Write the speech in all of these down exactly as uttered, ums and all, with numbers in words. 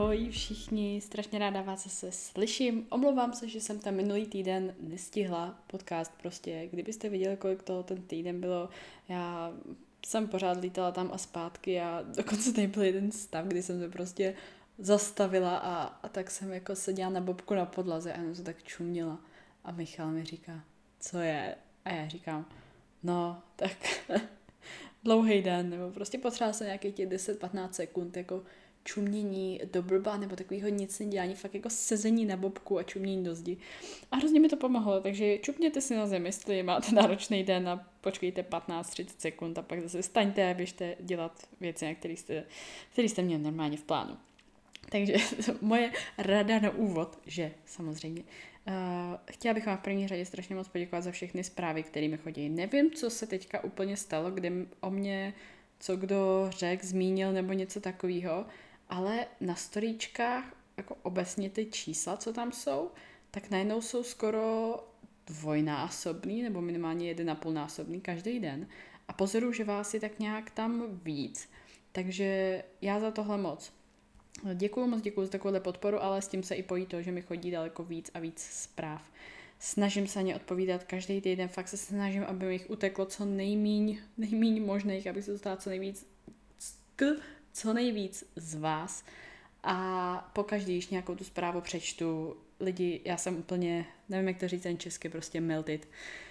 Ahoj všichni, strašně ráda vás zase slyším. Omlouvám se, že jsem tam minulý týden nestihla podcast prostě. Kdybyste viděli, kolik toho ten týden bylo, já jsem pořád lítala tam a zpátky a dokonce tady byl jeden stav, kdy jsem se prostě zastavila a, a tak jsem jako seděla na bobku na podlaze a jenom se tak čuměla. A Michal mi říká, co je? A já říkám, no, tak dlouhý den, nebo prostě potřeba se nějakých těch deset patnáct sekund, jako čumění do blba, nebo takového nic nedělání, fakt jako sezení na bobku a čumění do zdi. A hrozně mi to pomohlo, takže čupněte si na zem, jestli máte náročný den a počkejte patnáct třicet sekund a pak zase staňte a běžte dělat věci, které jste, které jste měli normálně v plánu. Takže moje rada na úvod, že samozřejmě. Uh, chtěla bych vám v první řadě strašně moc poděkovat za všechny zprávy, které mi chodí. Nevím, co se teďka úplně stalo, kde o mě co kdo řekl, zmínil nebo něco takového, ale na storíčkách jako obecně ty čísla, co tam jsou, tak najednou jsou skoro dvojnásobný nebo minimálně jeden a půl násobný každý den. A pozoruju, že vás je tak nějak tam víc. Takže já za tohle moc děkuju, moc děkuju za takovouhle podporu, ale s tím se i pojí to, že mi chodí daleko víc a víc zpráv. Snažím se ně odpovídat každý týden, fakt se snažím, aby mi jich uteklo co nejmíň, nejmíň možných, aby se dostala co nejvíc k co nejvíc z vás. A pokaždý, když nějakou tu zprávu přečtu, lidi, já jsem úplně, nevím, jak to říct ten česky, prostě melted.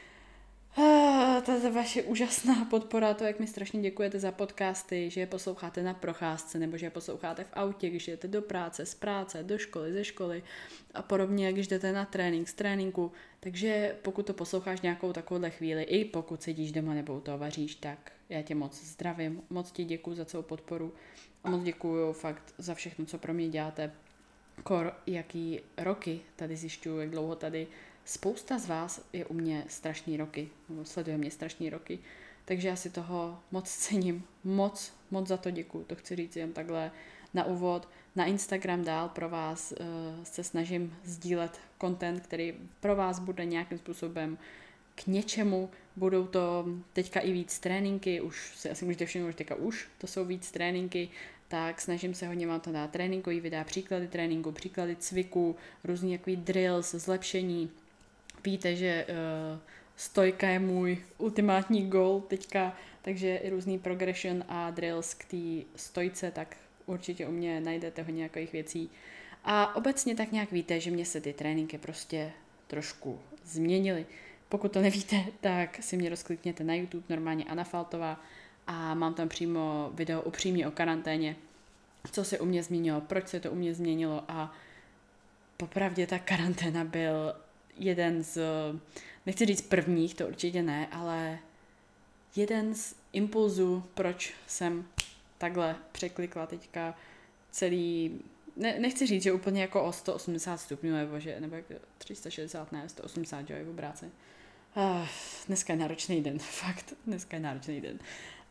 Ah, ta, ta vaše úžasná podpora, to, jak mi strašně děkujete za podcasty, že je posloucháte na procházce, nebo že je posloucháte v autě, když jdete do práce, z práce, do školy, ze školy a podobně, když jdete na trénink, z tréninku. Takže pokud to posloucháš nějakou takovouhle chvíli, i pokud sedíš doma nebo u toho vaříš, tak já tě moc zdravím, moc ti děkuju za celou podporu a moc děkuju fakt za všechno, co pro mě děláte. Kor, jaký roky tady zjišťuju, jak dlouho tady spousta z vás je u mě strašný roky, nebo sleduje mě strašný roky, takže já si toho moc cením, moc, moc za to děkuju, to chci říct jen takhle na úvod. Na Instagram dál pro vás uh, se snažím sdílet content, který pro vás bude nějakým způsobem k něčemu, budou to teďka i víc tréninky, už si asi můžete všimnout, že teďka už to jsou víc tréninky, tak snažím se hodně vám to dát tréninkový videa, příklady tréninku, příklady cviku, různý jaký drills, zlepšení. Víte, že uh, stojka je můj ultimátní goal teďka, takže i různý progression a drills k té stojce, tak určitě u mě najdete hodně nějakých věcí. A obecně tak nějak víte, že mě se ty tréninky prostě trošku změnily. Pokud to nevíte, tak si mě rozklikněte na YouTube, normálně Anna Faltová, a mám tam přímo video upřímně o karanténě, co se u mě změnilo, proč se to u mě změnilo a popravdě ta karanténa byl jeden z, nechci říct prvních, to určitě ne, ale jeden z impulzů, proč jsem takhle překlikla teďka celý, ne, nechci říct, že úplně jako o sto osmdesát stupňů, nebo, že, nebo jak tři sta šedesát, ne, sto osmdesát, že je v obráce. Uh, dneska je náročný den, fakt, dneska je náročný den.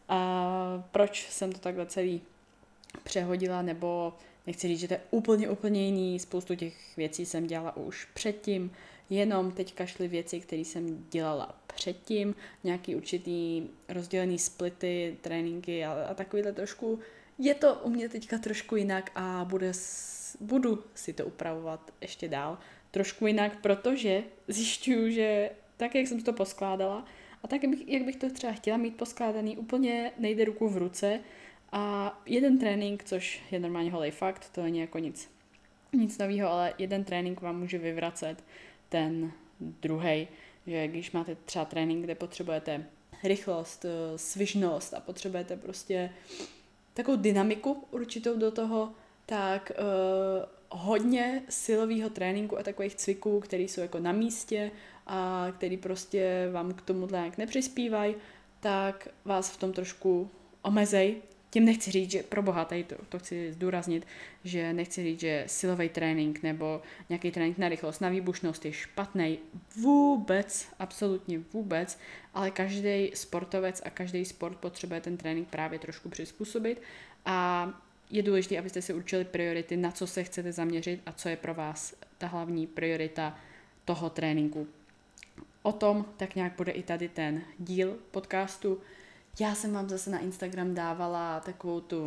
A proč jsem to takhle celý přehodila, nebo nechci říct, že to je úplně, úplně jiný, spoustu těch věcí jsem dělala už předtím, jenom teďka šly věci, které jsem dělala předtím, nějaký určitý rozdělený splity, tréninky a, a takovýhle trošku, je to u mě teďka trošku jinak a bude, budu si to upravovat ještě dál trošku jinak, protože zjišťuju, že tak, jak jsem to poskládala a tak, jak bych, jak bych to třeba chtěla mít poskládaný, úplně nejde ruku v ruce. A jeden trénink, což je normálně holej fakt, to není jako nic, nic nového, ale jeden trénink vám může vyvracet ten druhej, že když máte třeba trénink, kde potřebujete rychlost, svižnost a potřebujete prostě takovou dynamiku určitou do toho, tak uh, hodně silového tréninku a takových cviků, které jsou jako na místě a který prostě vám k tomu nějak nepřispívají, tak vás v tom trošku omezej. Tím nechci říct, že pro boha, tady to, to chci zdůraznit, že nechci říct, že silový trénink nebo nějaký trénink na rychlost, na výbušnost je špatný. Vůbec, absolutně vůbec, ale každý sportovec a každý sport potřebuje ten trénink právě trošku přizpůsobit a je důležité, abyste si určili priority, na co se chcete zaměřit a co je pro vás ta hlavní priorita toho tréninku. O tom tak nějak bude i tady ten díl podcastu. Já jsem vám zase na Instagram dávala takovou tu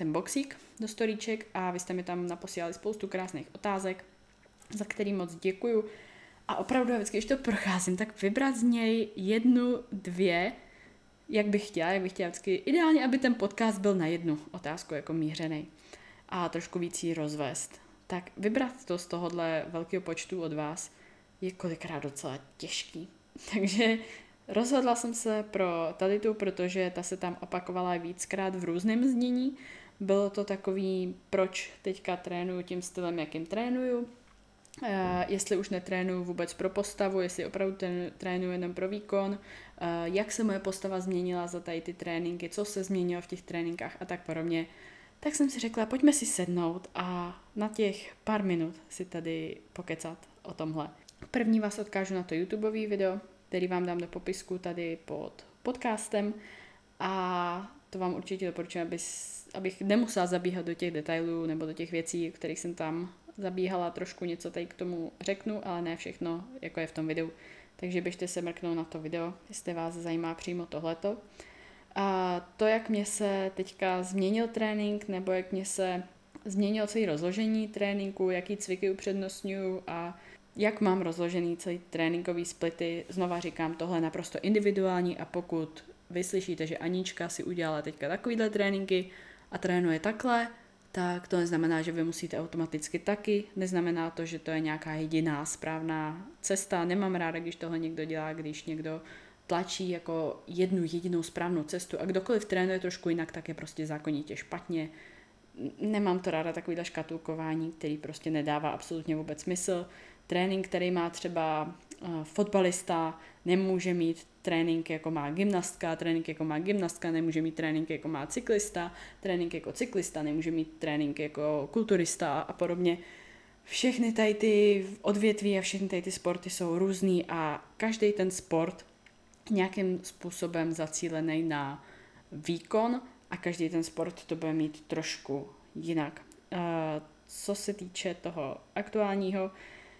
ten boxík do storíček a vy jste mi tam naposílali spoustu krásných otázek, za který moc děkuju. A opravdu vždycky, když to procházím, tak vybrat z něj jednu, dvě, jak bych chtěla, jak bych chtěla vždycky, ideálně, aby ten podcast byl na jednu otázku jako mířený a trošku víc ji rozvést. Tak vybrat to z tohohle velkého počtu od vás je kolikrát docela těžký. Takže rozhodla jsem se pro tady tu, protože ta se tam opakovala víckrát v různém znění. Bylo to takový, proč teďka trénuju tím stylem, jakým trénuju. Uh, jestli už netrénuju vůbec pro postavu, jestli opravdu ten, trénuju jenom pro výkon, uh, jak se moje postava změnila za tady ty tréninky, co se změnilo v těch tréninkách a tak podobně. Tak jsem si řekla, pojďme si sednout a na těch pár minut si tady pokecat o tomhle. První vás odkážu na to YouTubeové video, který vám dám do popisku tady pod podcastem a to vám určitě doporučuji, abych nemusela zabíhat do těch detailů nebo do těch věcí, o kterých jsem tam zabíhala, trošku něco tady k tomu řeknu, ale ne všechno, jako je v tom videu. Takže běžte se mrknout na to video, jestli vás zajímá přímo tohleto. A to, jak mě se teďka změnil trénink, nebo jak mě se změnilo celé rozložení tréninku, jaký cviky upřednostňuju a jak mám rozložený celý tréninkový splity. Znova říkám, tohle je naprosto individuální a pokud vy slyšíte, že Anička si udělala teďka takovýhle tréninky a trénuje takhle, tak to neznamená, že vy musíte automaticky taky, neznamená to, že to je nějaká jediná správná cesta. Nemám ráda, když tohle někdo dělá, když někdo tlačí jako jednu jedinou správnou cestu a kdokoliv trénuje trošku jinak, tak je prostě zákonitě špatně. Nemám to ráda takovýhle škatulkování, který prostě nedává absolutně vůbec smysl. Trénink, který má třeba uh, fotbalista, nemůže mít trénink, jako má gymnastka, trénink, jako má gymnastka, nemůže mít trénink, jako má cyklista, trénink jako cyklista, nemůže mít trénink jako kulturista a podobně. Všechny tady ty odvětví a všechny tady ty sporty jsou různý a každý ten sport nějakým způsobem zacílený na výkon a každý ten sport to bude mít trošku jinak. Uh, co se týče toho aktuálního,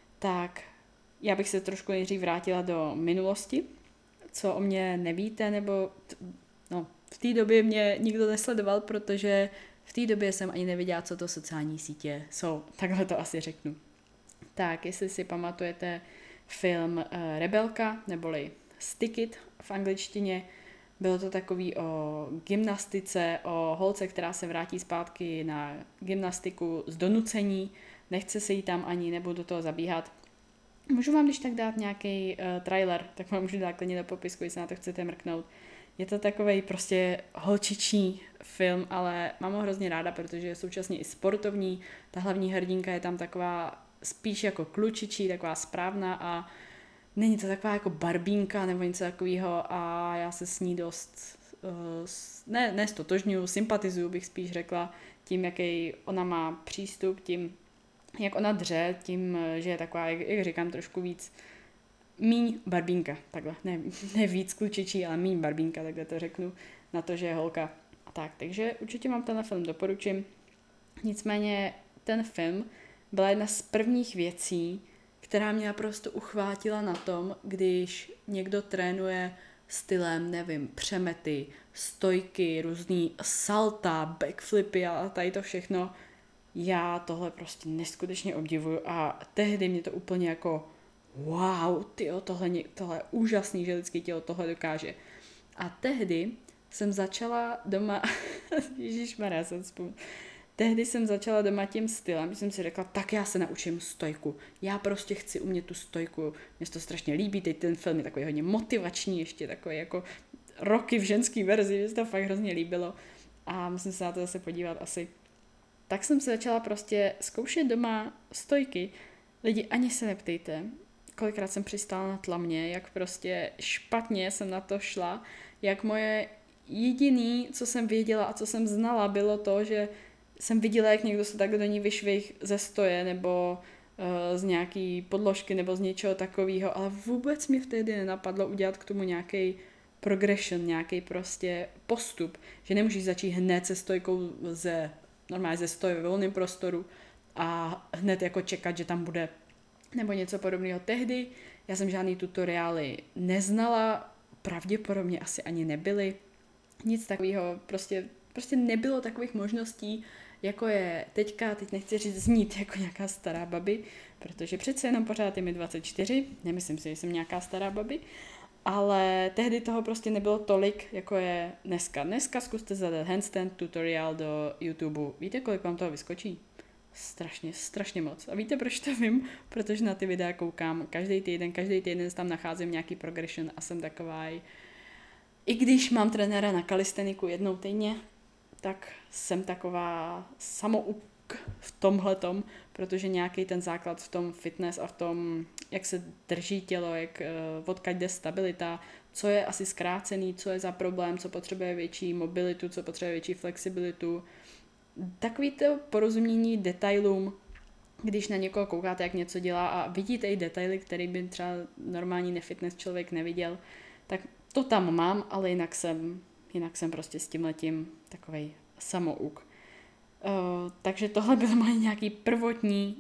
tak já bych se trošku nejdřív vrátila do minulosti, co o mě nevíte, nebo t- no, v té době mě nikdo nesledoval, protože v té době jsem ani nevěděla, co to sociální sítě jsou. Takhle to asi řeknu. Tak, jestli si pamatujete film uh, Rebelka, neboli Stick It v angličtině, bylo to takový o gymnastice, o holce, která se vrátí zpátky na gymnastiku z donucení, nechce se jí tam ani, nebudu do toho zabíhat. Můžu vám když tak dát nějaký uh, trailer, tak vám můžu dát klidně do popisku, jestli na to chcete mrknout. Je to takovej prostě holčičí film, ale mám ho hrozně ráda, protože je současně i sportovní. Ta hlavní hrdinka je tam taková spíš jako klučičí, taková správná a není to taková jako barbínka nebo něco takového a já se s ní dost uh, ne, ne stotožňuju, sympatizuju bych spíš řekla tím, jaký ona má přístup, tím, jak ona dře, tím, že je taková, jak, jak říkám, trošku víc míň barbínka, takhle, ne, ne víc klučičí, ale míň barbínka, takhle to řeknu, na to, že je holka. A tak, takže určitě vám tenhle film doporučím. Nicméně ten film byla jedna z prvních věcí, která mě naprosto uchvátila na tom, když někdo trénuje stylem, nevím, přemety, stojky, různý salta, backflipy a tady to všechno. Já tohle prostě neskutečně obdivuju a tehdy mě to úplně jako wow, tyjo, tohle, tohle je úžasný, že lidské tělo tohle dokáže. A tehdy jsem začala doma, ježišmarja, jsem vzpomněla, tehdy jsem začala doma tím stylem, že jsem si řekla, tak já se naučím stojku. Já prostě chci umět tu stojku. Mně se to strašně líbí, teď ten film je takový hodně motivační, ještě takový jako roky v ženský verzi, mě se to fakt hrozně líbilo. A musím se na to zase podívat asi. Tak jsem se začala prostě zkoušet doma stojky. Lidi, ani se neptejte, kolikrát jsem přistála na tlamě, jak prostě špatně jsem na to šla, jak moje jediný, co jsem věděla a co jsem znala, bylo to, že jsem viděla, jak někdo se tak do ní vyšvih ze stoje nebo uh, z nějaký podložky nebo z něčeho takového, ale vůbec mi vtedy nenapadlo udělat k tomu nějaký progression, nějaký prostě postup, že nemůžeš začít hned se stojkou ze, normálně ze stoje ve volném prostoru a hned jako čekat, že tam bude nebo něco podobného. Tehdy já jsem žádný tutoriály neznala, pravděpodobně asi ani nebyly, nic takového, prostě Prostě nebylo takových možností, jako je teďka, teď nechci říct znít jako nějaká stará babi, protože přece jenom pořád je mi dvacet čtyři, nemyslím si, že jsem nějaká stará babi, ale tehdy toho prostě nebylo tolik, jako je dneska. Dneska zkuste zadat handstand tutorial do YouTube. Víte, kolik vám toho vyskočí? Strašně, strašně moc. A víte, proč to vím? Protože na ty videa koukám každý týden, každý týden tam nacházím nějaký progression a jsem taková, i když mám trenéra na kalisteniku jednou týdně, tak jsem taková samouk v tomhletom, protože nějaký ten základ v tom fitness a v tom, jak se drží tělo, jak odkud jde stabilita, co je asi zkrácený, co je za problém, co potřebuje větší mobilitu, co potřebuje větší flexibilitu. Takový to porozumění detailům, když na někoho koukáte, jak něco dělá a vidíte i detaily, který by třeba normální nefitness člověk neviděl, tak to tam mám, ale jinak jsem, jinak jsem prostě s tímhletím takovej samouk. Uh, takže tohle byly moje nějaký prvotní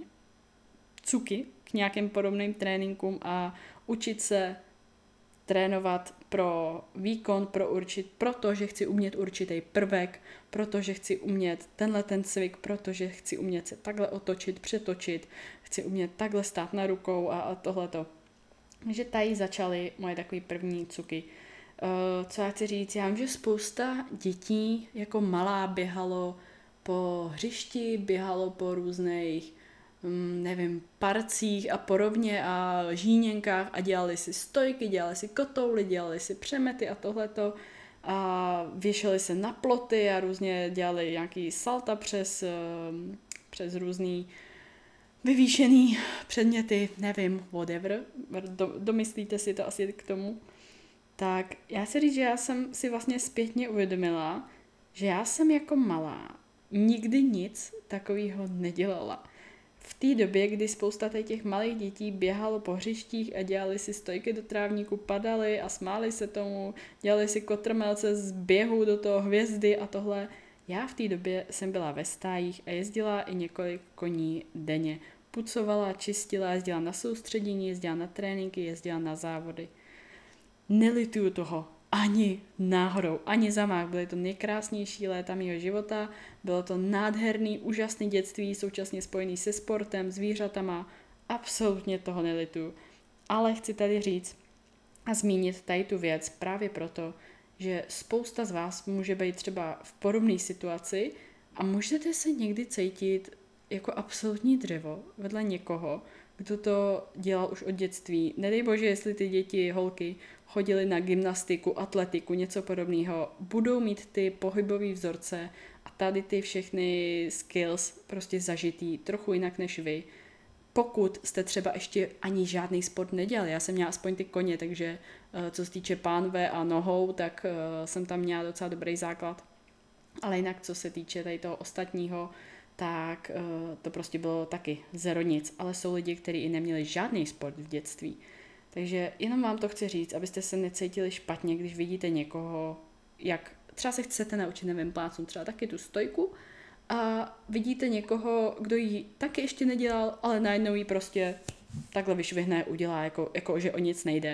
cuky k nějakým podobným tréninkům a učit se trénovat pro výkon, pro určit, protože chci umět určitý prvek, protože chci umět tenhle ten cvik, protože chci umět se takhle otočit, přetočit, chci umět takhle stát na rukou a, a tohleto. Takže tady začaly moje takové první cuky. Uh, co já chci říct, já vím, že spousta dětí jako malá běhalo po hřišti, běhalo po různých, um, nevím, parcích a podobně a žíněnkách a dělali si stojky, dělali si kotouly, dělali si přemety a tohleto a věšeli se na ploty a různě dělali nějaký salta přes, um, přes různý vyvýšený předměty, nevím, whatever, domyslíte si to asi k tomu. Tak já si říct, že já jsem si vlastně zpětně uvědomila, že já jsem jako malá nikdy nic takového nedělala. V té době, kdy spousta těch malých dětí běhalo po hřištích a dělali si stojky do trávníku, padali a smáli se tomu, dělali si kotrmelce z běhu do toho hvězdy a tohle. Já v té době jsem byla ve stájích a jezdila i několik koní denně. Pucovala, čistila, jezdila na soustředění, jezdila na tréninky, jezdila na závody. Nelituju toho ani náhodou, ani zamách. Byly to nejkrásnější léta mého života, bylo to nádherný, úžasný dětství, současně spojený se sportem, zvířatama, absolutně toho nelituju. Ale chci tady říct a zmínit tady tu věc právě proto, že spousta z vás může být třeba v podobné situaci a můžete se někdy cítit jako absolutní dřevo vedle někoho, kdo to dělal už od dětství. Nedej bože, jestli ty děti, holky chodily na gymnastiku, atletiku, něco podobného, budou mít ty pohybové vzorce a tady ty všechny skills prostě zažitý trochu jinak než vy. Pokud jste třeba ještě ani žádný sport nedělali, já jsem měla aspoň ty koně, takže co se týče pánve a nohou, tak jsem tam měla docela dobrý základ. Ale jinak, co se týče tady toho ostatního, tak to prostě bylo taky zero nic. Ale jsou lidi, kteří i neměli žádný sport v dětství. Takže jenom vám to chci říct, abyste se necítili špatně, když vidíte někoho, jak třeba se chcete naučit, nevím, plácnout třeba taky tu stojku a vidíte někoho, kdo ji taky ještě nedělal, ale najednou ji prostě takhle vyšvihne, udělá, jako, jako že o nic nejde.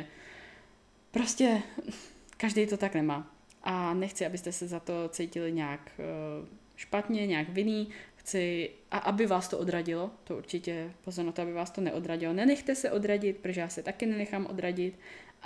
Prostě každý to tak nemá. A nechci, abyste se za to cítili nějak špatně, nějak vinný. Chci, a aby vás to odradilo, to určitě pozor na to, aby vás to neodradilo. Nenechte se odradit, protože já se taky nenechám odradit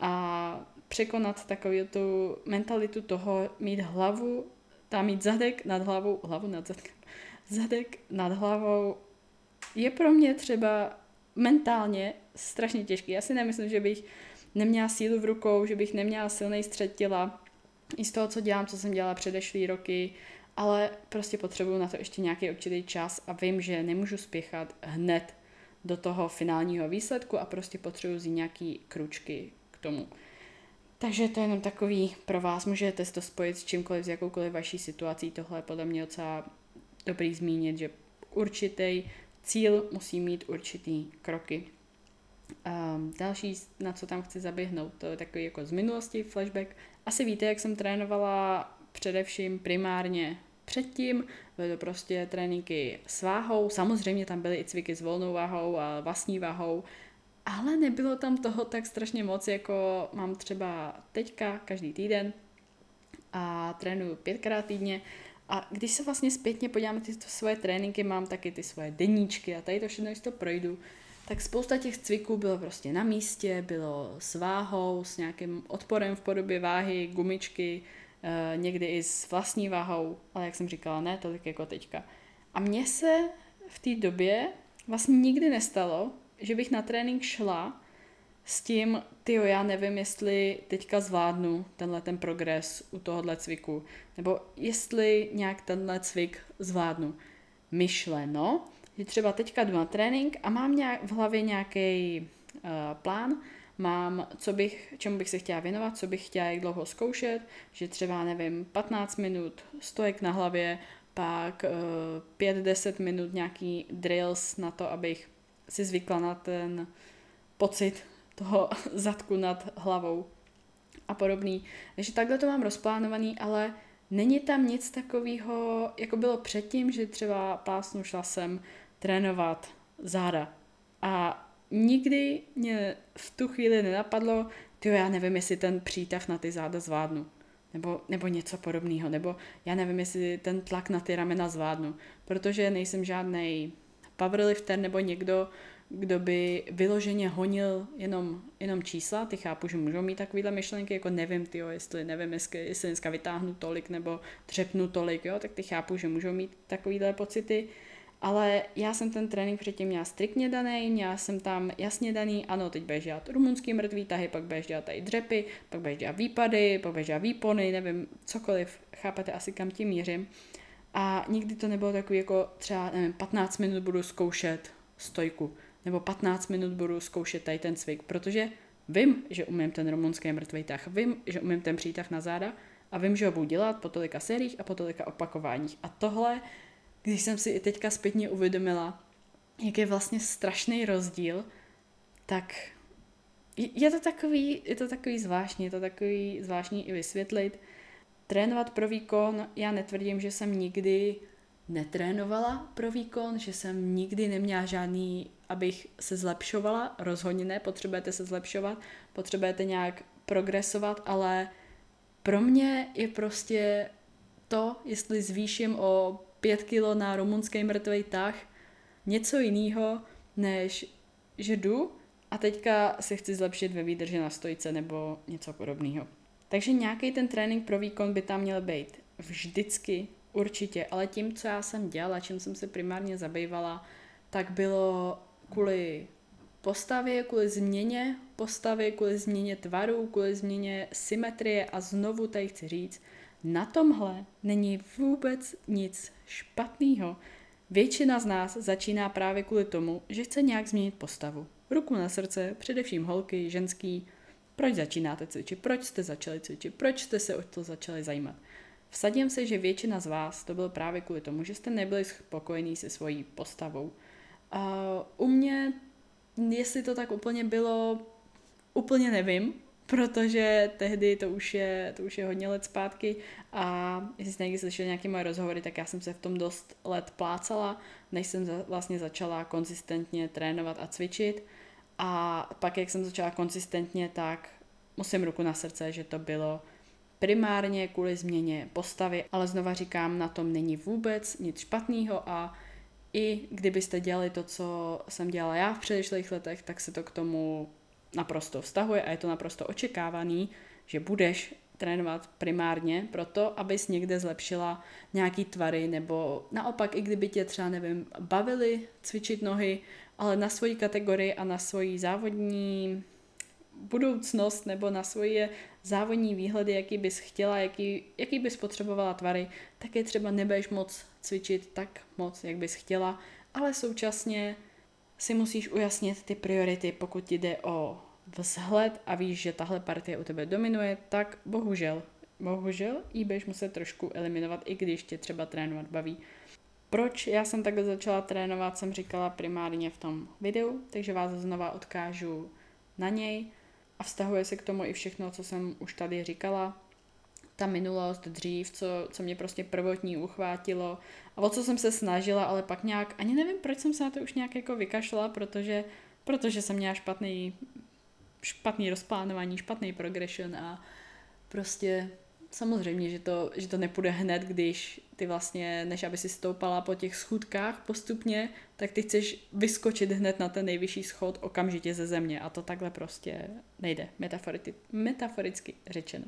a překonat takovou tu mentalitu toho, mít hlavu, tam mít zadek nad hlavou, hlavu nad zadkem, zadek nad hlavou je pro mě třeba mentálně strašně těžký. Já si nemyslím, že bych neměla sílu v rukou, že bych neměla silný střed těla i z toho, co dělám, co jsem dělala předešlý roky, ale prostě potřebuju na to ještě nějaký určitý čas a vím, že nemůžu spěchat hned do toho finálního výsledku a prostě potřebuji vzít nějaký kručky k tomu. Takže to je jenom takový pro vás, můžete to spojit s čímkoliv, s jakoukoliv vaší situací, tohle je podle mě docela dobrý zmínit, že určitý cíl musí mít určitý kroky. Um, další, na co tam chci zaběhnout, to je takový jako z minulosti flashback. Asi víte, jak jsem trénovala především primárně předtím, byly to prostě tréninky s váhou, samozřejmě tam byly i cviky s volnou váhou a vlastní váhou, ale nebylo tam toho tak strašně moc, jako mám třeba teďka každý týden a trénuju pětkrát týdně A když se vlastně zpětně podívám na ty svoje tréninky, mám taky ty svoje deníčky a tady to všechno, když to projdu, tak spousta těch cviků bylo prostě na místě, bylo s váhou, s nějakým odporem v podobě váhy, gumičky, eh, někdy i s vlastní váhou, ale jak jsem říkala, ne tolik jako teďka. A mně se v té době vlastně nikdy nestalo, že bych na trénink šla s tím, tyjo, já nevím, jestli teďka zvládnu tenhle ten progres u tohohle cviku, nebo jestli nějak tenhle cvik zvládnu. Myšleno, že třeba teďka jdu na trénink a mám nějak v hlavě nějaký uh, plán, mám, co bych, čemu bych se chtěla věnovat, co bych chtěla jak dlouho zkoušet, že třeba, nevím, patnáct minut stojek na hlavě, pak uh, pět deset minut nějaký drills na to, abych si zvykla na ten pocit toho zadku nad hlavou a podobný. Takže takhle to mám rozplánovaný, ale není tam nic takového, jako bylo předtím, že třeba plásnu šla jsem trénovat záda. A nikdy mě v tu chvíli nenapadlo, tyjo, já nevím, jestli ten přítah na ty záda zvládnu. Nebo, nebo něco podobného. Nebo já nevím, jestli ten tlak na ty ramena zvládnu. Protože nejsem žádnej powerlifter nebo někdo, kdo by vyloženě honil jenom, jenom čísla. Ty chápu, že můžou mít takovýhle myšlenky, jako nevím, tyjo, jestli nevím, jestli, jestli dneska vytáhnu tolik nebo třepnu tolik, jo, tak ty chápu, že můžou mít takovýhle pocity. Ale já jsem ten trénink předtím měla striktně daný, měla jsem tam jasně daný, ano, teď budeš dělat rumunský mrtvý tahy, pak budeš dělat tady dřepy, pak budeš dělat výpady, pak budeš dělat výpony, nevím, cokoliv, chápete asi, kam tím mířím. A nikdy to nebylo takový, jako třeba, nevím, patnáct minut budu zkoušet stojku, nebo patnáct minut budu zkoušet tady ten cvik, protože vím, že umím ten rumunský mrtvý tah, vím, že umím ten přítah na záda a vím, že ho budu dělat po tolika sériích a po tolika opakováních. A tohle, když jsem si i teďka zpětně uvědomila, jak je vlastně strašný rozdíl, tak je to takový, je to takový zvláštní, je to takový zvláštní i vysvětlit. Trénovat pro výkon, já netvrdím, že jsem nikdy netrénovala pro výkon, že jsem nikdy neměla žádný, abych se zlepšovala, rozhodně ne, potřebujete se zlepšovat, potřebujete nějak progresovat, ale pro mě je prostě to, jestli zvýším o pět kilo na rumunský mrtvej tah, něco jiného, než že jdu a teďka se chci zlepšit ve výdrži na stojce nebo něco podobného. Takže nějaký ten trénink pro výkon by tam měl být vždycky, určitě, ale tím, co já jsem dělala, čím jsem se primárně zabývala, tak bylo kvůli postavě, kvůli změně postavy, kvůli změně tvaru, kvůli změně symetrie a znovu tady chci říct, na tomhle není vůbec nic špatného. Většina z nás začíná právě kvůli tomu, že chce nějak změnit postavu. Ruku na srdce, především holky, ženský. Proč začínáte cvičit? Proč jste začali cvičit? Proč jste se o to začali zajímat? Vsadím se, že většina z vás to bylo právě kvůli tomu, že jste nebyli spokojení se svojí postavou. A u mě, jestli to tak úplně bylo, úplně nevím, protože tehdy to už je, to už je hodně let zpátky a jestli jste někdy slyšeli nějaké moje rozhovory, tak já jsem se v tom dost let plácala, než jsem za, vlastně začala konzistentně trénovat a cvičit. A pak, jak jsem začala konzistentně, tak musím ruku na srdce, že to bylo primárně kvůli změně postavy, ale znova říkám, na tom není vůbec nic špatného a i kdybyste dělali to, co jsem dělala já v předešlých letech, tak se to k tomu naprosto vztahuje a je to naprosto očekávaný, že budeš trénovat primárně proto, abys někde zlepšila nějaký tvary, nebo naopak, i kdyby tě třeba, nevím, bavili cvičit nohy, ale na svoji kategorii a na svoji závodní budoucnost nebo na svoje závodní výhledy, jaký bys chtěla, jaký, jaký bys potřebovala tvary, tak je třeba nebudeš moc cvičit tak moc, jak bys chtěla, ale současně si musíš ujasnit ty priority, pokud ti jde o vzhled a víš, že tahle partie u tebe dominuje, tak bohužel, bohužel ji budeš muset trošku eliminovat, i když tě třeba trénovat baví. Proč já jsem takhle začala trénovat, jsem říkala primárně v tom videu, takže vás znova odkážu na něj a vztahuje se k tomu i všechno, co jsem už tady říkala. Ta minulost dřív, co, co mě prostě prvotní uchvátilo a o co jsem se snažila, ale pak nějak, ani nevím, proč jsem se na to už nějak jako vykašla, protože, protože jsem měla špatný, špatný rozplánování, špatný progression a prostě samozřejmě, že to, že to nepůjde hned, když ty vlastně, než aby si stoupala po těch schůdkách postupně, tak ty chceš vyskočit hned na ten nejvyšší schod okamžitě ze země a to takhle prostě nejde, metaforicky, metaforicky řečeno.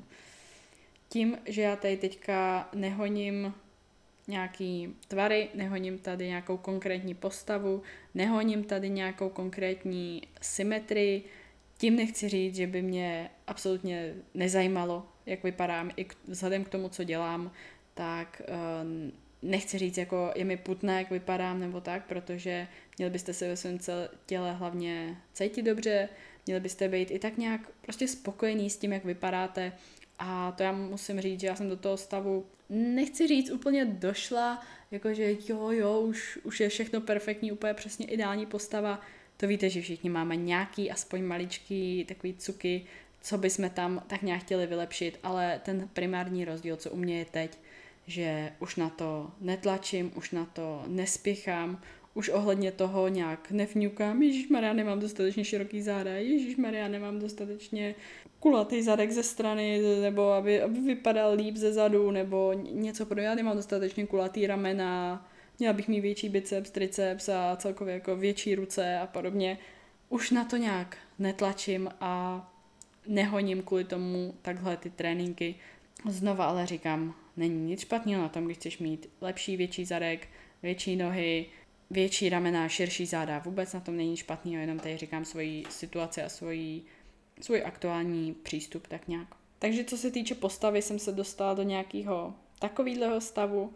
Tím, že já tady teďka nehoním nějaký tvary, nehoním tady nějakou konkrétní postavu, nehoním tady nějakou konkrétní symetrii, tím nechci říct, že by mě absolutně nezajímalo, jak vypadám, i vzhledem k tomu, co dělám, tak uh, nechci říct, jako je mi putné, jak vypadám nebo tak, protože měli byste se ve svém těle hlavně cítit dobře, měli byste být i tak nějak prostě spokojení s tím, jak vypadáte. A to já musím říct, že já jsem do toho stavu, nechci říct úplně došla, jakože jo, jo, už, už je všechno perfektní, úplně přesně ideální postava. To víte, že všichni máme nějaký aspoň maličký takový cuky, co bychom tam tak nějak chtěli vylepšit, ale ten primární rozdíl, co u mě je teď, že už na to netlačím, už na to nespěchám, už ohledně toho nějak nevňukám, ježišmarja, nemám dostatečně široký záda, ježišmarja, nemám dostatečně kulatý zadek ze strany, nebo aby, aby vypadal líp ze zadu, nebo něco podobného, já nemám dostatečně kulatý ramena, měla bych mít větší biceps, triceps a celkově jako větší ruce a podobně. Už na to nějak netlačím a nehoním kvůli tomu takhle ty tréninky. Znova ale říkám, není nic špatného na tom, když chceš mít lepší, větší zadek, větší nohy, větší ramena, širší záda. Vůbec na tom není špatného, jenom tady říkám svoji situaci a svoji, svůj aktuální přístup tak nějak. Takže co se týče postavy, jsem se dostala do nějakého takového stavu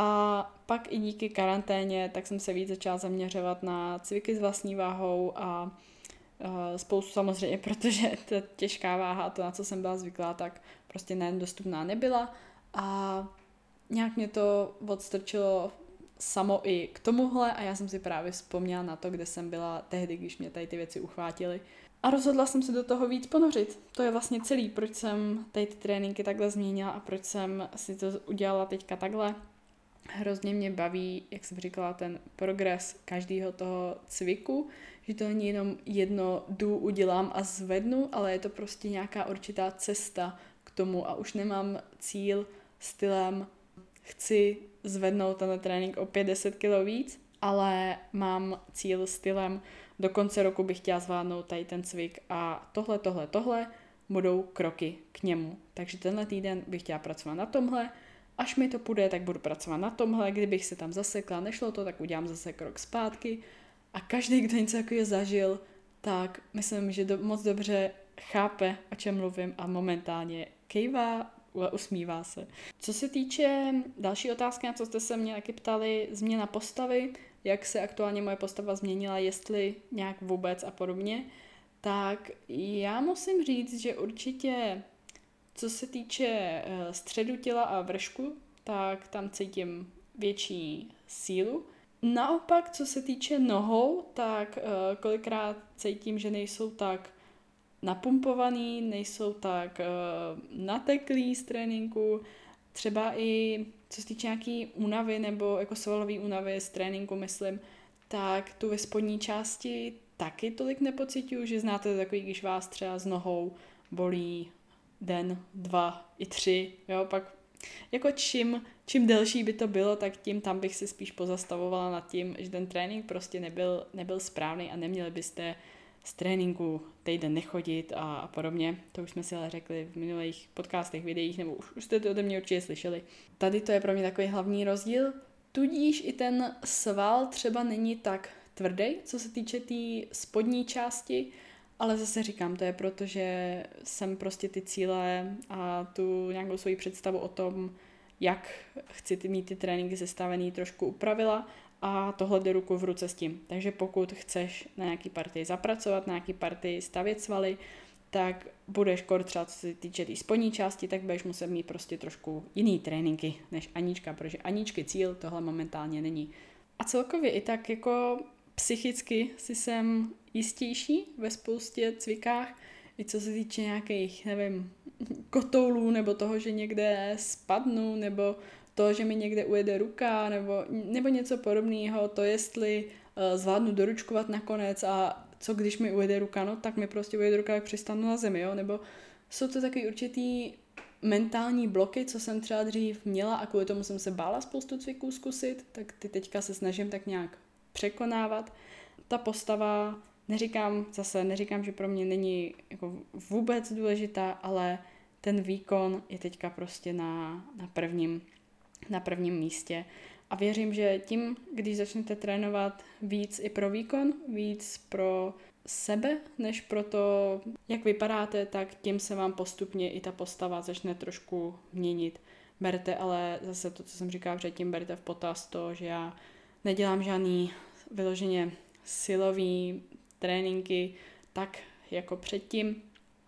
a pak i díky karanténě, tak jsem se víc začala zaměřovat na cviky s vlastní váhou a uh, spoustu samozřejmě, protože ta těžká váha, to, na co jsem byla zvyklá, tak prostě nejen dostupná nebyla a nějak mě to odstrčilo samo i k tomuhle a já jsem si právě vzpomněla na to, kde jsem byla tehdy, když mě tady ty věci uchvátily. A rozhodla jsem se do toho víc ponořit. To je vlastně celý, proč jsem tady ty tréninky takhle změnila a proč jsem si to udělala teďka takhle. Hrozně mě baví, jak jsem říkala, ten progres každého toho cviku, že to není jenom jedno jdu, udělám a zvednu, ale je to prostě nějaká určitá cesta k tomu a už nemám cíl stylem chci zvednout ten trénink o pět deset kilo víc, ale mám cíl stylem do konce roku bych chtěla zvládnout tady ten cvik a tohle, tohle, tohle budou kroky k němu. Takže tenhle týden bych chtěla pracovat na tomhle, až mi to půjde, tak budu pracovat na tomhle, kdybych se tam zasekla, nešlo to, tak udělám zase krok zpátky a každý, kdo něco takového zažil, tak myslím, že do, moc dobře chápe, o čem mluvím a momentálně kejvá, usmívá se. Co se týče další otázky, na co jste se mě taky ptali, změna postavy, jak se aktuálně moje postava změnila, jestli nějak vůbec a podobně, tak já musím říct, že určitě co se týče středu těla a vršku, tak tam cítím větší sílu. Naopak, co se týče nohou, tak kolikrát cítím, že nejsou tak napumpovaný, nejsou tak uh, nateklý z tréninku, třeba i co se týče nějaký únavy nebo jako svalový únavy z tréninku, myslím, tak tu ve spodní části taky tolik nepociťuju, že znáte to takový, když vás třeba s nohou bolí den, dva i tři, jo, pak jako čím, čím delší by to bylo, tak tím tam bych si spíš pozastavovala nad tím, že ten trénink prostě nebyl, nebyl správný a neměli byste z tréninku týden nechodit a, a podobně. To už jsme si ale řekli v minulých podcastech, videích, nebo už, už jste to ode mě určitě slyšeli. Tady to je pro mě takový hlavní rozdíl. Tudíž i ten sval třeba není tak tvrdý, co se týče té tý spodní části, ale zase říkám, to je proto, že jsem prostě ty cíle a tu nějakou svoji představu o tom, jak chci ty, mít ty tréninky sestavený, trošku upravila a tohle jde ruku v ruce s tím. Takže pokud chceš na nějaký partii zapracovat, na nějaký partii stavět svaly, tak budeš kor třeba co se týče té tý spodní části, tak budeš muset mít prostě trošku jiný tréninky než Anička, protože Aničky cíl tohle momentálně není. A celkově i tak jako psychicky si jsem jistější ve spoustě cvikách, i co se týče nějakých, nevím, kotoulů, nebo toho, že někde spadnu, nebo to, že mi někde ujede ruka, nebo, nebo něco podobného, to jestli uh, zvládnu doručkovat nakonec a co když mi ujede ruka, no tak mi prostě ujede ruka, jak přistanu na zemi, jo, nebo jsou to takový určitý mentální bloky, co jsem třeba dřív měla a kvůli tomu jsem se bála spoustu cviků zkusit, tak ty teďka se snažím tak nějak překonávat. Ta postava, neříkám zase, neříkám, že pro mě není jako vůbec důležitá, ale ten výkon je teďka prostě na, na, prvním, na prvním místě. A věřím, že tím, když začnete trénovat víc i pro výkon, víc pro sebe, než pro to, jak vypadáte, tak tím se vám postupně i ta postava začne trošku měnit. Berte ale zase to, co jsem říkala předtím, berte v potaz to, že já nedělám žádný vyloženě silový tréninky tak jako předtím.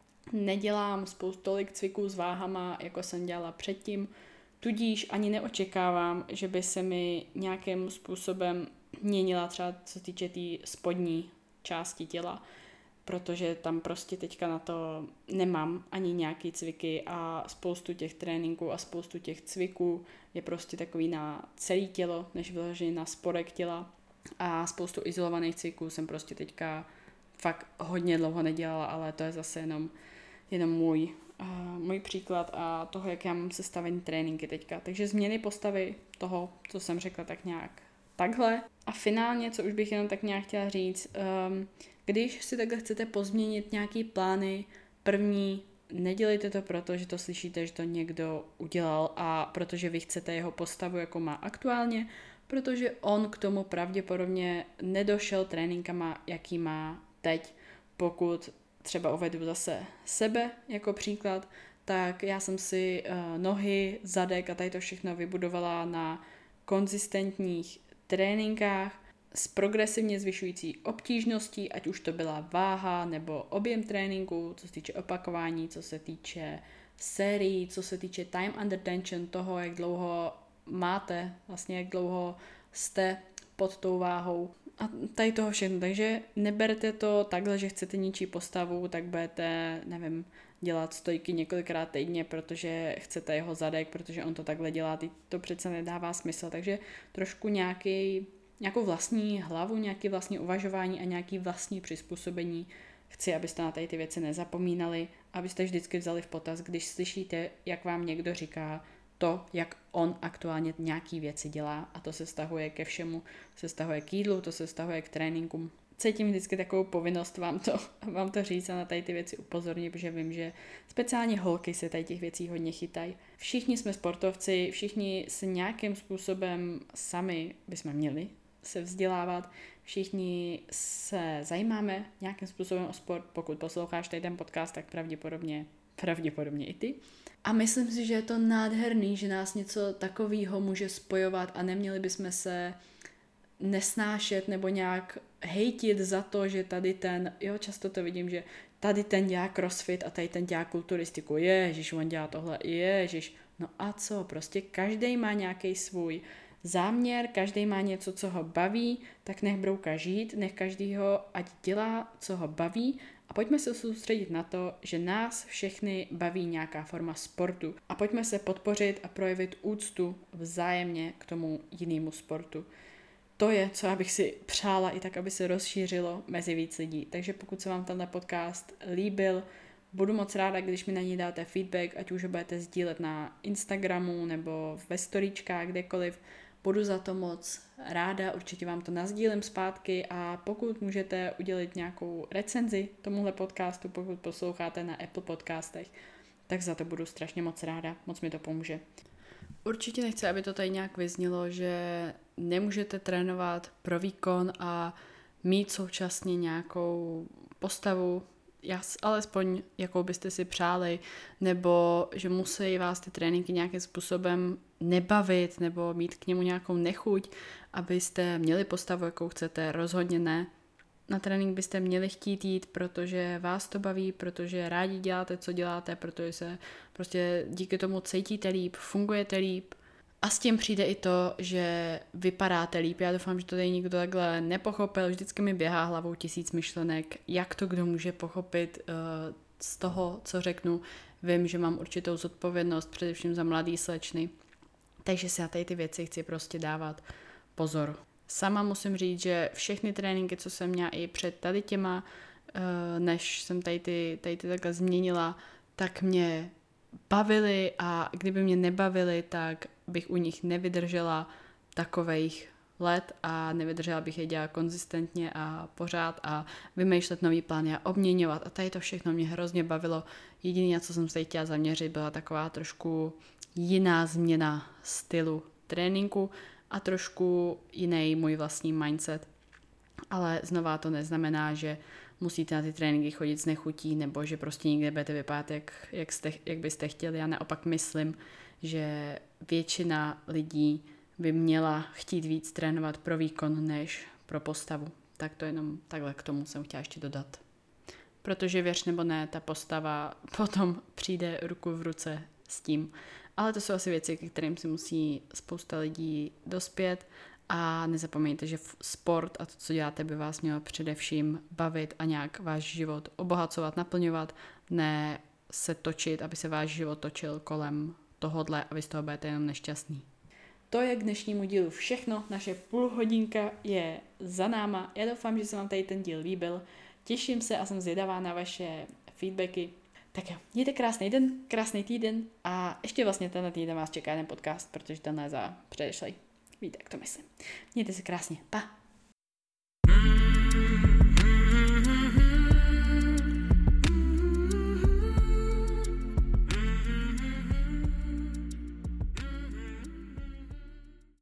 Nedělám spoustu tolik cviků s váhama, jako jsem dělala předtím. Tudíž ani neočekávám, že by se mi nějakým způsobem měnila třeba co se týče té tý spodní části těla, protože tam prostě teďka na to nemám ani nějaký cviky a spoustu těch tréninků a spoustu těch cviků je prostě takový na celé tělo, než vyloženě na spodek těla a spoustu izolovaných cviků jsem prostě teďka fakt hodně dlouho nedělala, ale to je zase jenom, jenom můj, uh, můj příklad a toho, jak já mám sestavený tréninky teďka. Takže změny postavy toho, co jsem řekla tak nějak takhle. A finálně, co už bych jenom tak nějak chtěla říct, um, když si takhle chcete pozměnit nějaký plány, první, nedělejte to proto, že to slyšíte, že to někdo udělal a protože vy chcete jeho postavu, jako má aktuálně, protože on k tomu pravděpodobně nedošel tréninkama, jaký má teď. Pokud třeba uvedu zase sebe jako příklad, tak já jsem si uh, nohy, zadek a tady to všechno vybudovala na konzistentních tréninkách s progresivně zvyšující obtížností, ať už to byla váha nebo objem tréninku, co se týče opakování, co se týče sérií, co se týče time under tension, toho, jak dlouho máte, vlastně jak dlouho jste pod tou váhou a tady toho všechno. Takže neberte to takhle, že chcete ničí postavu, tak budete, nevím, dělat stojky několikrát týdně, protože chcete jeho zadek, protože on to takhle dělá, teď to přece nedává smysl, takže trošku nějaký, nějakou vlastní hlavu, nějaké vlastní uvažování a nějaké vlastní přizpůsobení. Chci, abyste na tady ty věci nezapomínali, abyste vždycky vzali v potaz, když slyšíte, jak vám někdo říká to, jak on aktuálně nějaký věci dělá a to se vztahuje ke všemu, se vztahuje k jídlu, to se vztahuje k tréninkům. Cítím vždycky takovou povinnost vám to, vám to říct a na tady ty věci upozornit, protože vím, že speciálně holky se tady těch věcí hodně chytají. Všichni jsme sportovci, všichni se nějakým způsobem sami bychom měli se vzdělávat, všichni se zajímáme nějakým způsobem o sport, pokud posloucháš tady ten podcast, tak pravděpodobně, pravděpodobně i ty. A myslím si, že je to nádherný, že nás něco takového může spojovat a neměli bychom se nesnášet nebo nějak hejtit za to, že tady ten, jo, často to vidím, že tady ten dělá crossfit a tady ten dělá kulturistiku, ježiš, on dělá tohle, ježiš, no a co, prostě každý má nějaký svůj záměr, každý má něco, co ho baví, tak nech brouka žít, nech každýho ať dělá, co ho baví a pojďme se soustředit na to, že nás všechny baví nějaká forma sportu a pojďme se podpořit a projevit úctu vzájemně k tomu jinému sportu. To je, co já bych si přála i tak, aby se rozšířilo mezi víc lidí. Takže pokud se vám tenhle podcast líbil, budu moc ráda, když mi na něj dáte feedback, ať už ho budete sdílet na Instagramu nebo ve storíčkách, kdekoliv. Budu za to moc ráda, určitě vám to nasdílím zpátky a pokud můžete udělat nějakou recenzi tomuhle podcastu, pokud posloucháte na Apple podcastech, tak za to budu strašně moc ráda, moc mi to pomůže. Určitě nechci, aby to tady nějak vyznělo, že nemůžete trénovat pro výkon a mít současně nějakou postavu, alespoň jakou byste si přáli, nebo že musí vás ty tréninky nějakým způsobem nebavit nebo mít k němu nějakou nechuť, abyste měli postavu, jakou chcete, rozhodně ne. Na trénink byste měli chtít jít, protože vás to baví, protože rádi děláte, co děláte, protože se prostě díky tomu cítíte líp, fungujete líp. A s tím přijde i to, že vypadáte líp. Já doufám, že to tady nikdo takhle nepochopil. Vždycky mi běhá hlavou tisíc myšlenek, jak to kdo může pochopit uh, z toho, co řeknu. Vím, že mám určitou zodpovědnost, především za mladý slečny. Takže si na tady ty věci chci prostě dávat pozor. Sama musím říct, že všechny tréninky, co jsem měla i před tady těma, než jsem tady ty, tady ty takhle změnila, tak mě bavily a kdyby mě nebavily, tak bych u nich nevydržela takovejch let a nevydržela bych je dělat konzistentně a pořád a vymýšlet nový plány a obměňovat a tady to všechno mě hrozně bavilo. Jediné, na co jsem se chtěla zaměřit, byla taková trošku jiná změna stylu tréninku a trošku jiný můj vlastní mindset. Ale znova to neznamená, že musíte na ty tréninky chodit s nechutí nebo že prostě nikde budete vypadat, jak, jak, jste, jak byste chtěli. Já naopak myslím, že většina lidí by měla chtít víc trénovat pro výkon než pro postavu. Tak to jenom takhle k tomu jsem chtěla ještě dodat. Protože věř nebo ne, ta postava potom přijde ruku v ruce s tím. Ale to jsou asi věci, ke kterým si musí spousta lidí dospět a nezapomeňte, že sport a to, co děláte, by vás mělo především bavit a nějak váš život obohacovat, naplňovat, ne se točit, aby se váš život točil kolem tohodle a vy z toho budete jenom nešťastný. To je k dnešnímu dílu všechno, naše půl hodinka je za náma. Já doufám, že se vám tady ten díl líbil. Těším se a jsem zvědavá na vaše feedbacky. Tak jo, mějte krásný den, krásný týden a ještě vlastně tenhle týden vás čeká jeden podcast, protože tenhle je za předešlej. Víte, jak to myslím. Mějte se krásně. Pa!